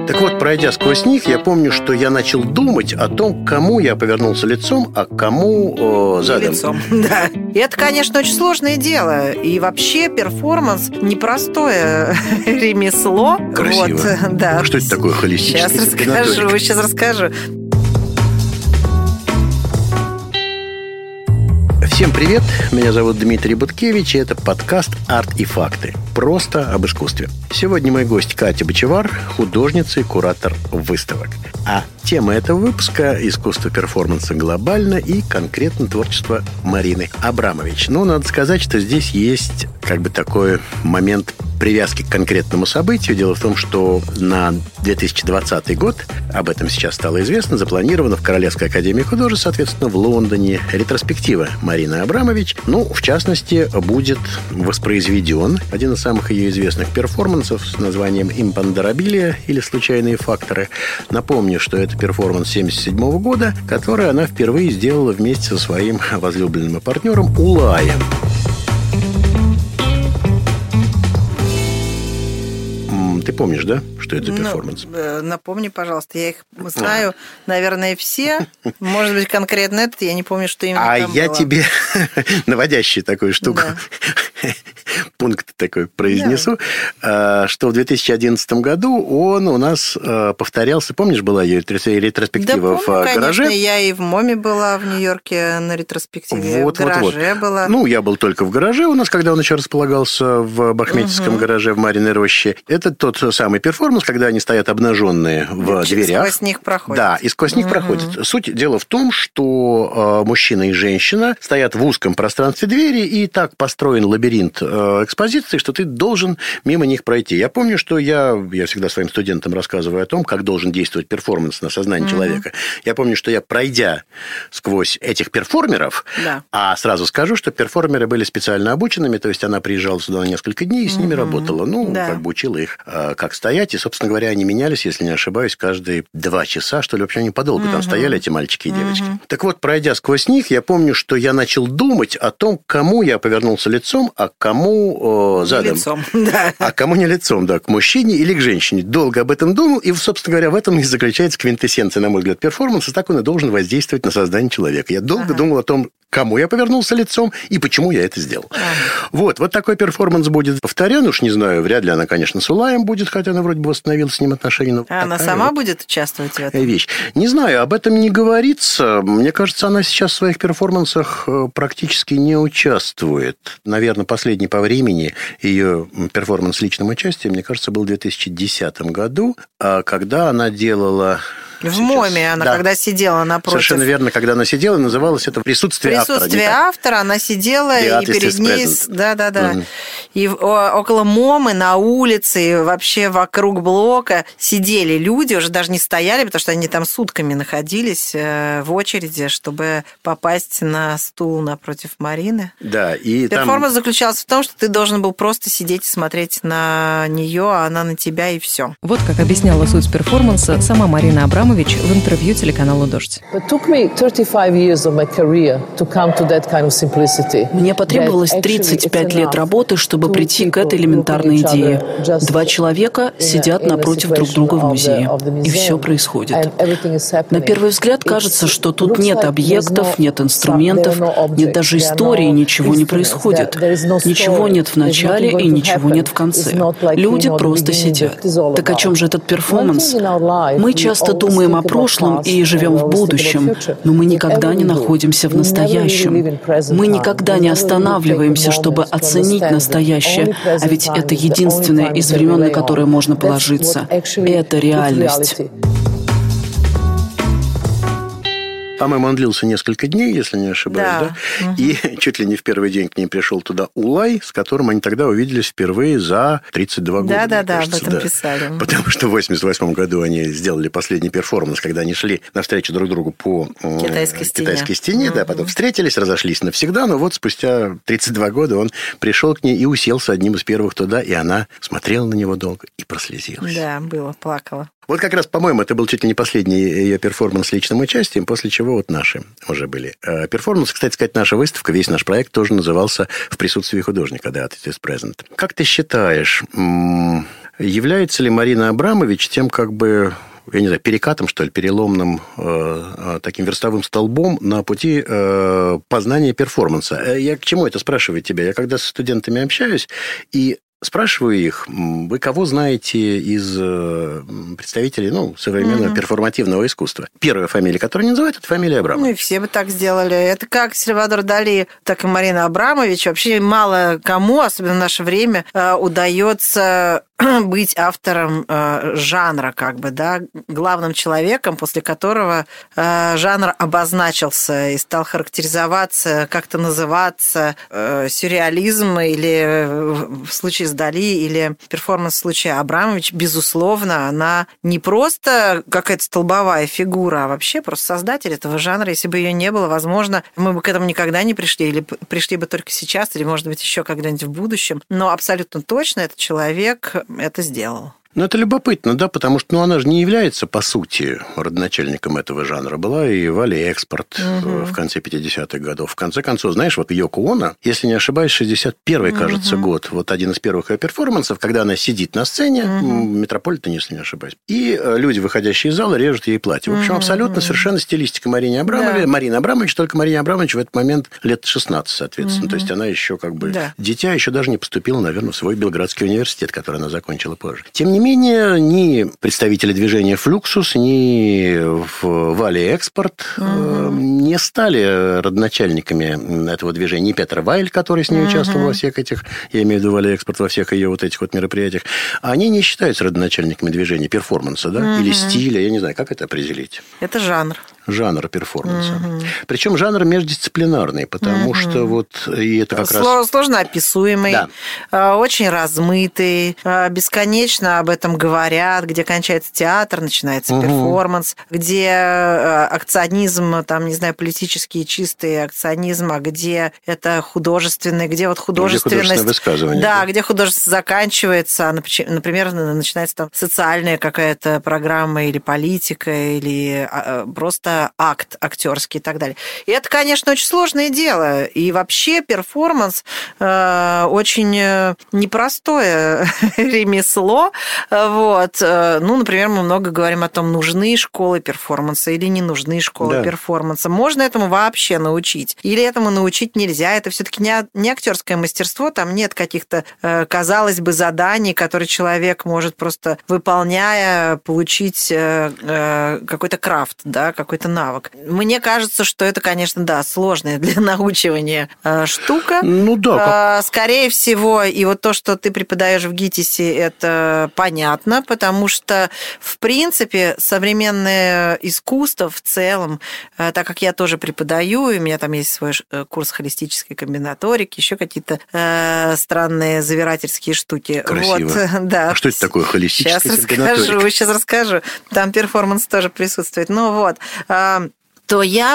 Так вот, пройдя сквозь них, я помню, что я начал думать о том, кому я повернулся лицом, а кому задом. Лицом, да. И это, конечно, очень сложное дело. И вообще перформанс непростое ремесло. Красиво. Вот, да. Что это такое холистическое? Сейчас расскажу. Всем привет, меня зовут Дмитрий Буткевич, и это подкаст «Арт и факты». Просто об искусстве. Сегодня мой гость Катя Бочевар, художница и куратор выставок. А тема этого выпуска – искусство перформанса глобально и конкретно творчество Марины Абрамович. Но надо сказать, что здесь есть такой момент привязки к конкретному событию. Дело в том, что на 2020 год, об этом сейчас стало известно, запланирована в Королевской академии художеств, соответственно, в Лондоне, ретроспектива Марины Абрамович. В частности, будет воспроизведен один из самых ее известных перформансов с названием «Импондерабилия» или «Случайные факторы». Напомню, что это перформанс 1977 года, который она впервые сделала вместе со своим возлюбленным и партнером Улаем. Ты помнишь, да, что это за перформанс? Напомни, пожалуйста. Я их знаю, наверное, все. Может быть, конкретно этот, я не помню, что именно там я было. Тебе наводящую такую штуку, пункт такой произнесу, что в 2011 году он у нас повторялся. Помнишь, была ее ретроспектива в гараже? Конечно, я и в МОМе была в Нью-Йорке на ретроспективе, в гараже была. Я был только в гараже у нас, когда он еще располагался в Бахметьевском гараже в Мариной роще. Это тот самый перформанс, когда они стоят обнаженные в дверях. Сквозь них проходят. Да, и сквозь них проходят. Суть дела в том, что мужчина и женщина стоят в узком пространстве двери, и так построен лабиринт экспозиции, что ты должен мимо них пройти. Я помню, что я всегда своим студентам рассказываю о том, как должен действовать перформанс на сознание человека. Я помню, что я, пройдя сквозь этих перформеров, а сразу скажу, что перформеры были специально обученными, то есть она приезжала сюда на несколько дней и с ними работала. Учила их, как стоять. И, собственно говоря, они менялись, если не ошибаюсь, каждые 2 часа, что ли. Вообще они подолгу там стояли, эти мальчики и девочки. Так вот, пройдя сквозь них, я помню, что я начал думать о том, кому я повернулся лицом, а кому задом. Лицом, да. А кому не лицом, да, к мужчине или к женщине. Долго об этом думал, и, собственно говоря, в этом и заключается квинтэссенция, на мой взгляд, перформанса. Так он и должен воздействовать на сознание человека. Я долго думал о том, кому я повернулся лицом и почему я это сделал. Вот такой перформанс будет повторен. Уж не знаю, вряд ли она, конечно, с Улаем будет, хотя она вроде бы восстановила с ним отношения. Она сама будет участвовать в этом? Вещь. Не знаю, об этом не говорится. Мне кажется, она сейчас в своих перформансах практически не участвует. Наверное, последний по времени ее перформанс с личным участием, мне кажется, был в 2010 году, когда она делала... В МОМе она, когда сидела напротив. Совершенно верно, когда она сидела, называлось это «Присутствие автора». Присутствие автора, она сидела, и перед ней... Да. И около МОМы, на улице, и вообще вокруг блока сидели люди, уже даже не стояли, потому что они там сутками находились в очереди, чтобы попасть на стул напротив Марины. Да, и перформанс заключался в том, что ты должен был просто сидеть и смотреть на нее, а она на тебя, и все. Вот как объясняла суть перформанса сама Марина Абрамович в интервью телеканалу «Дождь». Мне потребовалось 35 лет работы, чтобы прийти к этой элементарной идее. 2 человека сидят напротив друг друга в музее, и все происходит. На первый взгляд кажется, что тут нет объектов, нет инструментов, нет даже истории, ничего не происходит. Ничего нет в начале и ничего нет в конце. Люди просто сидят. Так о чем же этот перформанс? Мы часто думаем о прошлом и живем в будущем, но мы никогда не находимся в настоящем. Мы никогда не останавливаемся, чтобы оценить настоящее, а ведь это единственное из времен, на которое можно положиться. Это реальность. По-моему, он длился несколько дней, если не ошибаюсь, да? И чуть ли не в первый день к ней пришел туда Улай, с которым они тогда увиделись впервые за 32 года. Да, об этом писали. Потому что в 1988 году они сделали последний перформанс, когда они шли навстречу друг другу по китайской стене, да, потом встретились, разошлись навсегда, но вот спустя 32 года он пришел к ней и уселся одним из первых туда, и она смотрела на него долго и прослезилась. Да, плакала. Вот как раз, по-моему, это был чуть ли не последний ее перформанс с личным участием, после чего вот наши уже были перформансы. Кстати сказать, наша выставка, весь наш проект тоже назывался «В присутствии художника», да, «Art is present». Как ты считаешь, Является ли Марина Абрамович тем я не знаю, перекатом, что ли, переломным таким верстовым столбом на пути познания перформанса? Я к чему это спрашиваю тебя? Я когда со студентами общаюсь и спрашиваю их, вы кого знаете из представителей современного перформативного искусства? Первая фамилия, которую они называют, это фамилия Абрамович. И все бы так сделали. Это как Сальвадор Дали, так и Марина Абрамович. Вообще мало кому, особенно в наше время, удается быть автором жанра, главным человеком, после которого жанр обозначился и стал характеризоваться, как-то называться сюрреализм или в случае с Дали или перформанс в случае Абрамович, безусловно, она не просто какая-то столбовая фигура, а вообще просто создатель этого жанра. Если бы ее не было, возможно, мы бы к этому никогда не пришли, или пришли бы только сейчас, или, может быть, еще когда-нибудь в будущем. Но абсолютно точно этот человек это сделал. Это любопытно, да, потому что она же не является, по сути, родоначальником этого жанра. Была и Валя Экспорт в конце 50-х годов. В конце концов, знаешь, Йоко Оно, если не ошибаюсь, 61-й, кажется, год, один из первых ее перформансов, когда она сидит на сцене, Метрополитен, если не ошибаюсь, и люди, выходящие из зала, режут ей платье. В общем, абсолютно совершенно стилистика Марины Абрамович, только Марине Абрамович в этот момент лет 16, соответственно. То есть она еще дитя, еще даже не поступила, наверное, в свой Белградский университет, который она закончила позже. Тем не менее, ни представители движения «Флюксус», ни Валя Экспорт не стали родоначальниками этого движения. Ни Петр Вайль, который с ней участвовал во всех этих, я имею в виду Валя Экспорт, во всех ее этих мероприятиях, они не считаются родоначальниками движения перформанса, или стиля, я не знаю, как это определить. Это жанр. Жанр перформанса. Причем жанр междисциплинарный, потому что и это как раз... Сложно описуемый, очень размытый, бесконечно об этом говорят, где кончается театр, начинается перформанс, где акционизм, политический чистый акционизм, а где это художественный, где художественность... Где высказывание. Да, где художественность заканчивается, например, начинается социальная какая-то программа или политика, или просто акт актерский и так далее. И это, конечно, очень сложное дело. И вообще перформанс очень непростое ремесло. Например, мы много говорим о том, нужны школы перформанса или не нужны школы перформанса. Можно этому вообще научить? Или этому научить нельзя? Это все-таки не актерское мастерство, там нет каких-то, казалось бы, заданий, которые человек может просто, выполняя, получить какой-то крафт, какой-то навык. Мне кажется, что это, конечно, сложная для научивания штука. Скорее всего, и то, что ты преподаешь в ГИТИСе, это понятно, потому что, в принципе, современное искусство в целом, так как я тоже преподаю, и у меня там есть свой курс холистической комбинаторики, еще какие-то странные завирательские штуки. Красиво. А что это такое холистическая комбинаторика? Сейчас расскажу. Там перформанс тоже присутствует. То я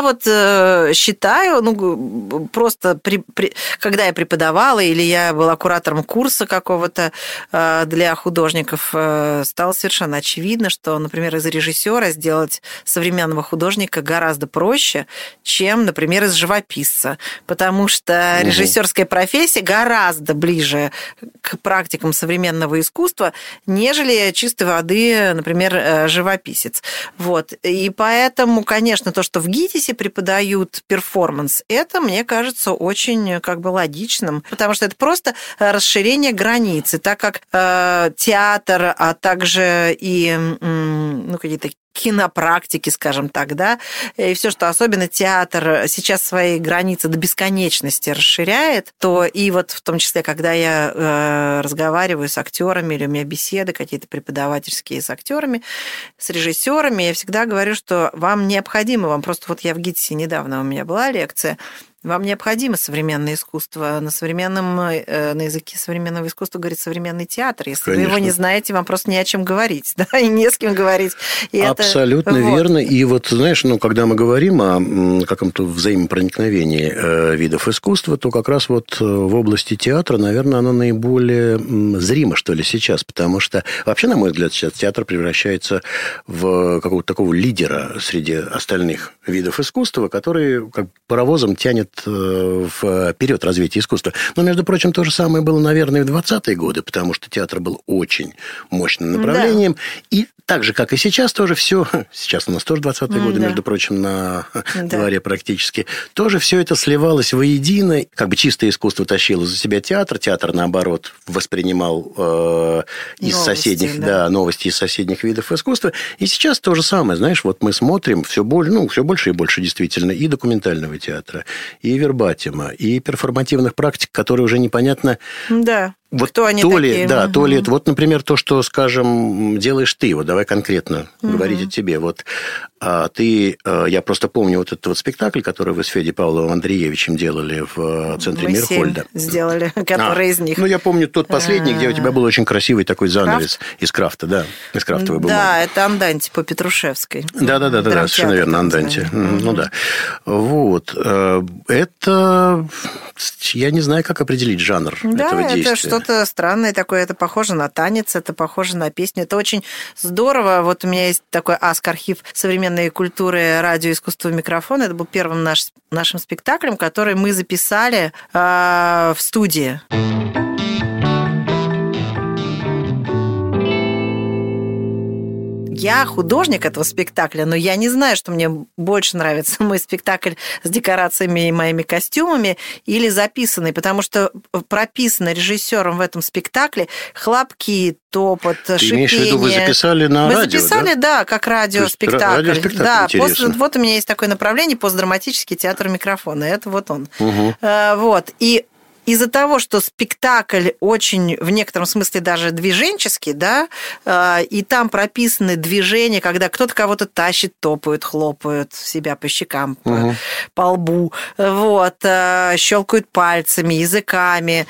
считаю, просто когда я преподавала или я была куратором курса какого-то для художников, стало совершенно очевидно, что, например, из режиссера сделать современного художника гораздо проще, чем, например, из живописца, потому что режиссерская профессия гораздо ближе к практикам современного искусства, нежели чистой воды, например, живописец. И поэтому, конечно, то, что в ГИТИСе преподают перформанс, это, мне кажется, очень логичным, потому что это просто расширение границы, так как театр, а также и какие-то кинопрактики, скажем так, и все, что особенно театр сейчас свои границы до бесконечности расширяет, то и в том числе, когда я разговариваю с актерами, или у меня беседы какие-то преподавательские с актерами, с режиссерами, я всегда говорю, что вам необходимо, просто я в ГИТИСе недавно у меня была лекция, вам необходимо современное искусство. На языке современного искусства говорит современный театр. Если вы его не знаете, вам просто не о чем говорить, и не с кем говорить. И абсолютно верно. И знаешь, когда мы говорим о каком-то взаимопроникновении видов искусства, то как раз в области театра, наверное, оно наиболее зримо, что ли, сейчас, потому что вообще, на мой взгляд, сейчас театр превращается в какого-то такого лидера среди остальных видов искусства, который паровозом тянет вперед развития искусства. Но, между прочим, то же самое было, наверное, в 20-е годы, потому что театр был очень мощным направлением. Да. И так же, как и сейчас, тоже все... Сейчас у нас тоже 20-е годы, между прочим, на дворе практически. Тоже все это сливалось воедино. Как бы чистое искусство тащило за себя театр. Театр, наоборот, воспринимал новости из соседних видов искусства. И сейчас то же самое. Знаешь, вот мы смотрим все больше и больше действительно и документального театра, и вербатима, и перформативных практик, которые уже непонятно... Да. Вот кто они такие? Да, то ли это... Вот, например, то, что, скажем, делаешь ты. Вот давай конкретно говорить о тебе. Вот ты... Я просто помню вот этот вот спектакль, который вы с Федей Павловым Андреевичем делали в центре Мирхольда. Сделали, который из них. Ну, я помню тот последний, где у тебя был очень красивый такой занавес из крафта, да, из крафтовой бумаги. Да, это Анданти по Петрушевской. Да, совершенно верно, Анданти. Ну, да. Вот. Это... Я не знаю, как определить жанр этого действия. Да, это что-то странное такое. Это похоже на танец, это похоже на песню. Это очень здорово. Вот у меня есть такой архив современной культуры радиоискусства микрофона. Это был первым нашим спектаклем, который мы записали в студии. Я художник этого спектакля, но я не знаю, что мне больше нравится мой спектакль с декорациями и моими костюмами или записанный, потому что прописано режиссером в этом спектакле хлопки, топот, шипение. Ты имеешь в виду, вы записали на радио, Мы записали, да, как радиоспектакль. Да, вот у меня есть такое направление постдраматический театр микрофона. Это вот он. Вот. И из-за того, что спектакль очень, в некотором смысле, даже движенческий, да, и там прописаны движения, когда кто-то кого-то тащит, топают, хлопают себя по щекам, по лбу, вот, щелкают пальцами, языками.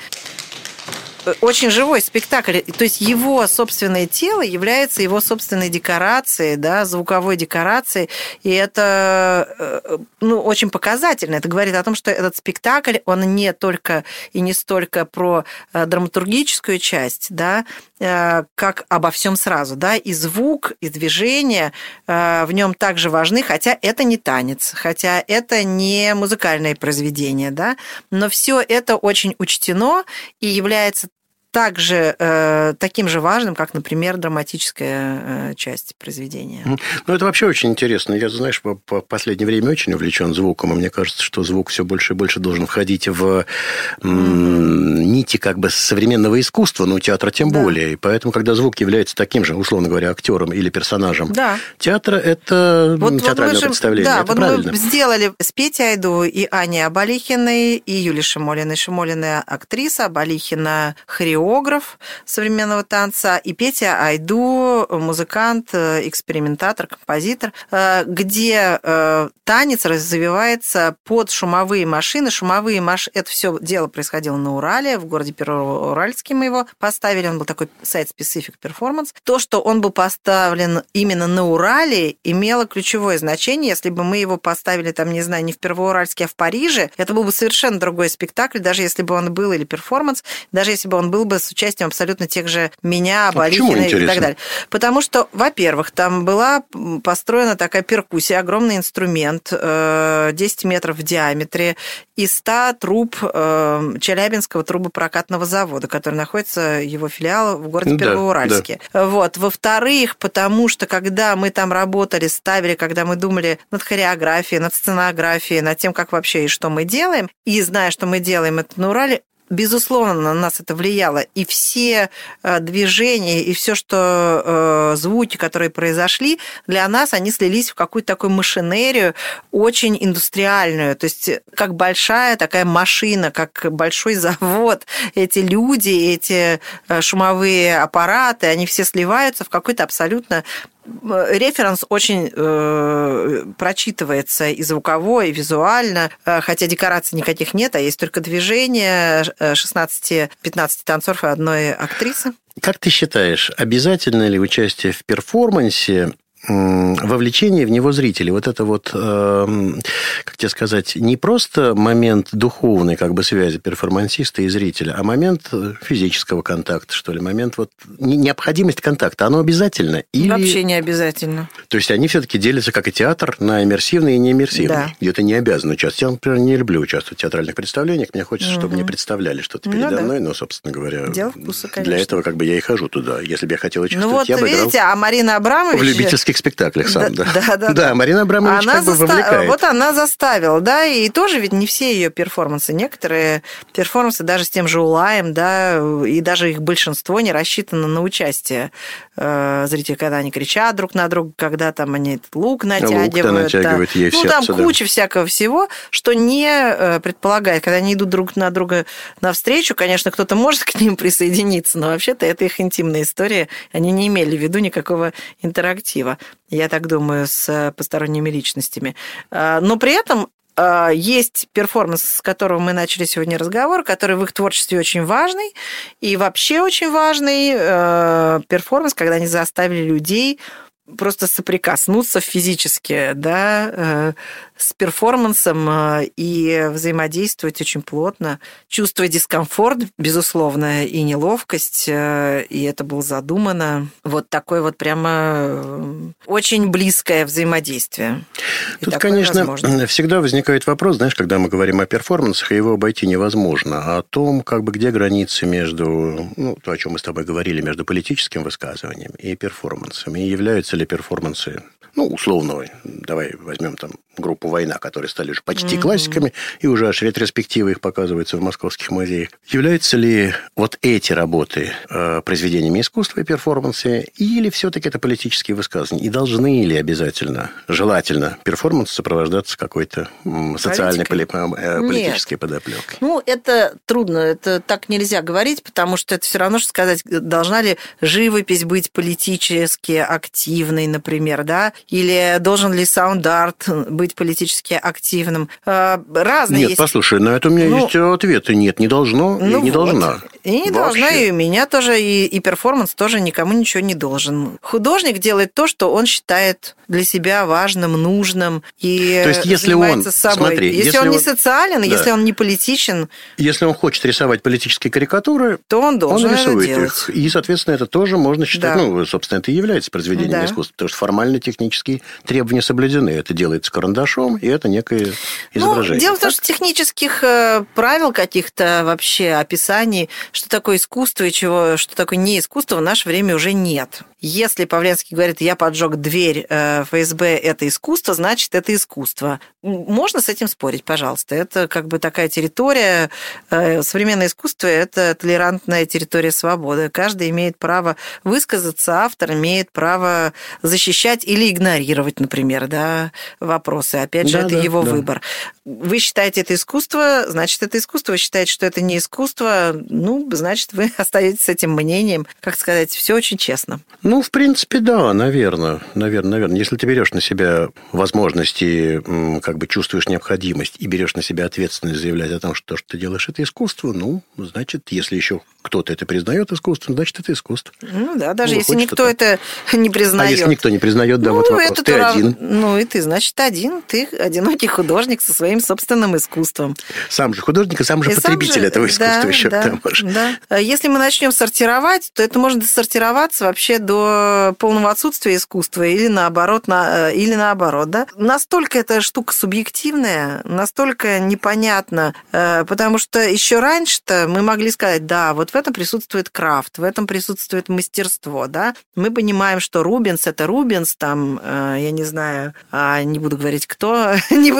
Очень живой спектакль. То есть его собственное тело является его собственной декорацией, да, звуковой декорацией. И это очень показательно. Это говорит о том, что этот спектакль, он не только и не столько про драматургическую часть, да, как обо всем сразу. Да, и звук, и движение в нем также важны, хотя это не танец, хотя это не музыкальное произведение, да, но все это очень учтено и является также таким же важным, как, например, драматическая часть произведения. Ну, это вообще очень интересно. Я, знаешь, в последнее время очень увлечен звуком, и мне кажется, что звук все больше и больше должен входить в нити как бы современного искусства, но театра тем более. И поэтому, когда звук является таким же, условно говоря, актером или персонажем театра, это театральное представление. Да, это вот правильно. Мы сделали с Петей Айду и Аней Абалихиной, и Юлией Шимолиной. Шимолина актриса, Абалихина хореограф современного танца, и Петя Айду музыкант, экспериментатор, композитор, где танец развивается под шумовые машины. Это все дело происходило на Урале, в городе Первоуральске мы его поставили. Он был такой сайт-специфик перформанс. То, что он был поставлен именно на Урале, имело ключевое значение. Если бы мы его поставили, там, не знаю, не в Первоуральске, а в Париже, это был бы совершенно другой спектакль, даже если бы он был, или перформанс, даже если бы он был бы с участием абсолютно тех же меня, Балихина и так далее. Потому что, во-первых, там была построена такая перкуссия, огромный инструмент, 10 метров в диаметре, из 100 труб Челябинского трубопрокатного завода, который находится, его филиал, в городе Первоуральске. Да. Вот. Во-вторых, потому что, когда мы там работали, ставили, когда мы думали над хореографией, над сценографией, над тем, как вообще и что мы делаем, и зная, что мы делаем это на Урале, безусловно, на нас это влияло. И все движения, и все, что звуки, которые произошли, для нас они слились в какую-то такую машинерию, очень индустриальную. То есть, как большая такая машина, как большой завод. Эти люди, эти шумовые аппараты, они все сливаются в какой-то абсолютно... Референс очень прочитывается и звуковой, и визуально, хотя декораций никаких нет, а есть только движение 16-15 танцоров и одной актрисы. Как ты считаешь, обязательно ли участие в перформансе вовлечение в него зрителей. Вот это вот, как тебе сказать, не просто момент духовной как бы связи перформансиста и зрителя, а момент физического контакта, что ли, момент вот необходимость контакта. Оно обязательно? Или... Вообще не обязательно. То есть они все-таки делятся, как и театр, на иммерсивный и неиммерсивный. Да. И это не обязан участвовать. Я, например, не люблю участвовать в театральных представлениях. Мне хочется, чтобы мне представляли что-то передо мной. Но, собственно говоря, дело вкуса, конечно. Для этого как бы я и хожу туда. Если бы я хотел участвовать, ну вот, я бы видите, играл а Марина Абрамович... в любительских спектаклях сам, да. Да, Марина Абрамович она как бы вовлекает. Вот она заставила, да, и тоже ведь не все ее перформансы. Некоторые перформансы даже с тем же Улаем, да, и даже их большинство не рассчитано на участие зрителей, когда они кричат друг на друга, когда там они этот лук натягивают. Ей ну, там куча всякого всего, что не предполагает. Когда они идут друг на друга навстречу, конечно, кто-то может к ним присоединиться, но вообще-то это их интимная история. Они не имели в виду никакого интерактива, я так думаю, с посторонними личностями. Но при этом есть перформанс, с которого мы начали сегодня разговор, который в их творчестве очень важный, и вообще очень важный перформанс, когда они заставили людей просто соприкоснуться физически, да, с перформансом и взаимодействовать очень плотно, чувствуя дискомфорт, безусловно, и неловкость, и это было задумано. Вот такое вот прямо очень близкое взаимодействие. Тут, конечно, возможно. Всегда возникает вопрос, знаешь, когда мы говорим о перформансах, и его обойти невозможно, о том, как бы где границы между, ну, то, о чем мы с тобой говорили, между политическим высказыванием и перформансом, и являются ли перформансы, ну, условно, давай возьмем там группу «Война», которые стали уже почти классиками, и уже аж ретроспективы их показываются в московских музеях. Являются ли вот эти работы произведениями искусства и перформансы, или все-таки это политические высказывания? И должны ли обязательно, желательно, перформансы сопровождаться какой-то социальной политической подоплекой? Ну, это трудно, это так нельзя говорить, потому что это все равно, что сказать, должна ли живопись быть политически активной, например, да, или должен ли саунд-арт быть политически активным. Разные Нет, есть. Послушай, на это у меня есть ответы. Нет, не должно и не должна. И не должна, и у меня тоже, и перформанс тоже никому ничего не должен. Художник делает то, что он считает для себя важным, нужным, и то есть, если занимается собой. Смотри, если он не социален, да. Если он не политичен... Если он хочет рисовать политические карикатуры, то он должен рисует это делать. их. И, соответственно, это тоже можно считать, да. ну, собственно, это и является произведением искусства, потому что формально-технические требования соблюдены. Это делается карандашом, и это некое изображение. Дело в том, что технических правил каких-то вообще описаний, что такое искусство и что такое не искусство, в наше время уже нет. Если Павленский говорит, я поджег дверь ФСБ, это искусство, значит, это искусство. Можно с этим спорить, пожалуйста. Это как бы такая территория. Современное искусство – это толерантная территория свободы. Каждый имеет право высказаться, автор имеет право защищать или игнорировать, например, да, вопросы. Опять же, это его выбор. Вы считаете это искусство, значит, это искусство. Вы считаете, что это не искусство, ну, значит, вы остаетесь с этим мнением. Как сказать, все очень честно. Ну, в принципе, да, наверное. Если ты берешь на себя возможности, как бы чувствуешь необходимость и берешь на себя ответственность заявлять о том, что то, что ты делаешь, это искусство, ну, значит, если еще кто-то это признает искусством, значит, это искусство. Ну, да, даже если никто это не признает. А если никто не признает, да, вот вопрос. Ты один. Ну, и ты, значит, один. Ты одинокий художник со своим собственным искусством. Сам же художник и сам же потребитель этого искусства еще к тому же. Да. Если мы начнем сортировать, то это может сортироваться вообще до полного отсутствия искусства или наоборот, да. Настолько эта штука субъективная, настолько непонятна, потому что еще раньше-то мы могли сказать, да, вот в этом присутствует крафт, в этом присутствует мастерство, да. Мы понимаем, что Рубенс – это Рубенс, там, я не знаю, не буду говорить кто.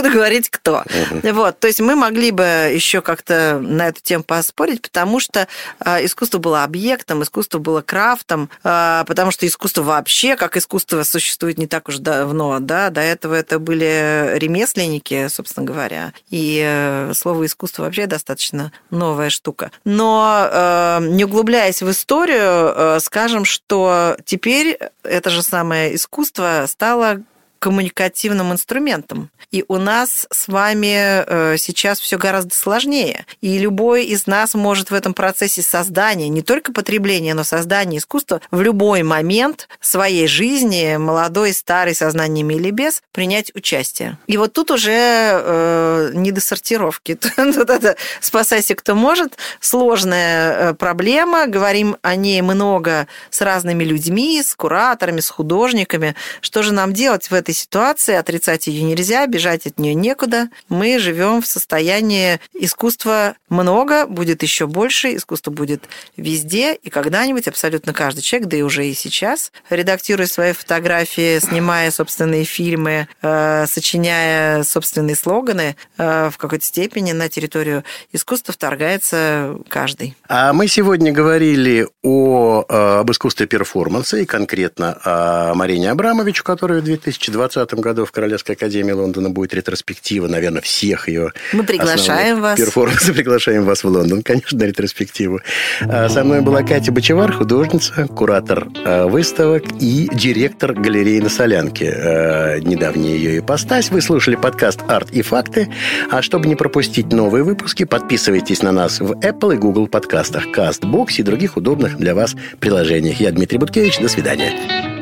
Вот, то есть мы могли бы еще как-то на эту тему поспорить, потому что искусство было объектом, искусство было крафтом, потому что искусство вообще, как искусство, существует не так уж давно, да, до этого это были ремесленники, собственно говоря, и слово искусство вообще достаточно новая штука. Но не углубляясь в историю, скажем, что теперь это же самое искусство стало коммуникативным инструментом. И у нас с вами сейчас все гораздо сложнее. И любой из нас может в этом процессе создания, не только потребления, но создания искусства в любой момент своей жизни, молодой, старой, сознаниями или без, принять участие. И вот тут уже не до сортировки. Спасайся, кто может. Сложная проблема. Говорим о ней много с разными людьми, с кураторами, с художниками. Что же нам делать в этой ситуации? Отрицать ее нельзя, бежать от нее некуда. Мы живем в состоянии искусства много, будет еще больше, искусство будет везде, и когда-нибудь абсолютно каждый человек, да и уже и сейчас, редактируя свои фотографии, снимая собственные фильмы, сочиняя собственные слоганы, в какой-то степени на территорию искусства вторгается каждый. А мы сегодня говорили об искусстве перформанса, и конкретно о Марине Абрамович, у которой в 2020 году в Королевской академии Лондона будет ретроспектива, наверное, всех ее мы приглашаем вас. Перформансов. Приглашаем вас в Лондон, конечно, на ретроспективу. Со мной была Катя Бочевар, художница, куратор выставок и директор галереи на Солянке. Недавняя ее ипостась. Вы слушали подкаст «Арт и факты». А чтобы не пропустить новые выпуски, подписывайтесь на нас в Apple и Google подкастах, CastBox и других удобных для вас приложениях. Я Дмитрий Буткевич. До свидания.